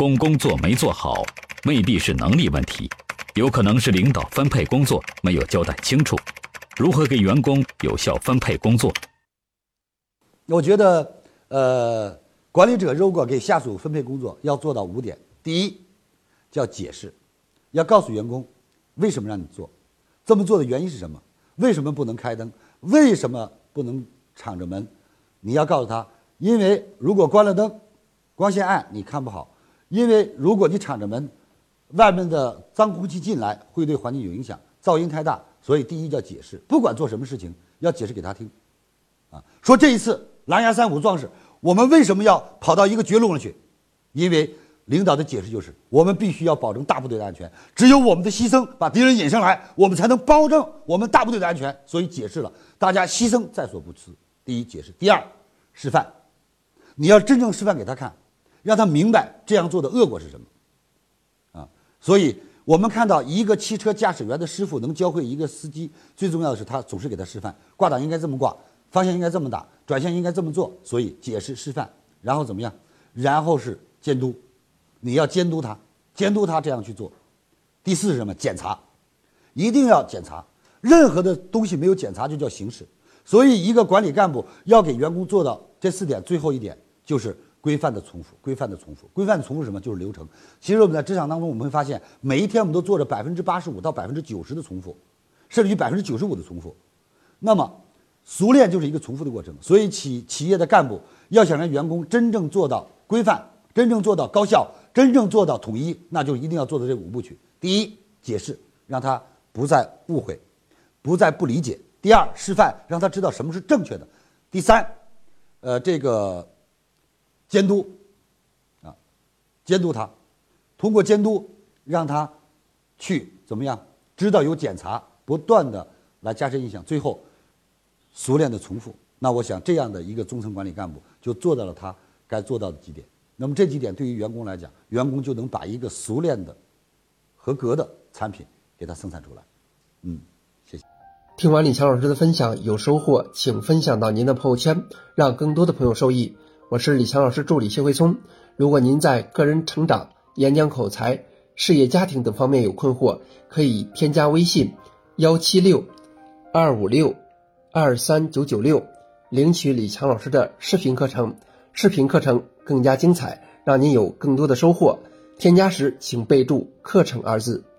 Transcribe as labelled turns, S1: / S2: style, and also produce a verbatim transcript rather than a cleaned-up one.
S1: 工工作没做好，未必是能力问题，有可能是领导分配工作没有交代清楚。如何给员工有效分配工作？
S2: 我觉得，呃，管理者如果给下属分配工作，要做到五点。第一，叫解释，要告诉员工为什么让你做，这么做的原因是什么，为什么不能开灯，为什么不能敞着门。你要告诉他，因为如果关了灯，光线暗你看不好，因为如果你敞着门，外面的脏空气进来会对环境有影响，噪音太大。所以第一叫解释，不管做什么事情要解释给他听啊。说这一次狼牙三虎壮士，我们为什么要跑到一个绝路上去？因为领导的解释就是，我们必须要保证大部队的安全，只有我们的牺牲把敌人引上来，我们才能保证我们大部队的安全。所以解释了，大家牺牲在所不辞。第一，解释；第二，示范。你要真正示范给他看，让他明白这样做的恶果是什么啊。所以我们看到一个汽车驾驶员的师傅能教会一个司机，最重要的是他总是给他示范，挂档应该这么挂，方向应该这么打，转向应该这么做。所以解释示范，然后怎么样？然后是监督，你要监督他，监督他这样去做。第四是什么？检查，一定要检查，任何的东西没有检查就叫行事。所以一个管理干部要给员工做到这四点，最后一点就是规范的重复，规范的重复，规范的重复是什么？就是流程。其实我们在职场当中，我们会发现，每一天我们都做着百分之八十五到百分之九十的重复，甚至于百分之九十五的重复。那么，熟练就是一个重复的过程。所以企企业的干部要想让员工真正做到规范，真正做到高效，真正做到统一，那就一定要做到这五步曲。第一，解释，让他不再误会，不再不理解；第二，示范，让他知道什么是正确的；第三，呃，这个。监督，啊，监督他，通过监督让他去怎么样，知道有检查，不断的来加深印象，最后熟练的重复。那我想这样的一个中层管理干部就做到了他该做到的几点。那么这几点对于员工来讲，员工就能把一个熟练的、合格的产品给他生产出来。嗯，谢谢。
S3: 听完李强老师的分享有收获，请分享到您的朋友圈，让更多的朋友受益。我是李强老师助理谢慧聪。如果您在个人成长、演讲口才、事业家庭等方面有困惑，可以添加微信幺七六二五六二三九九六领取李强老师的视频课程。视频课程更加精彩，让您有更多的收获。添加时请备注课程二字。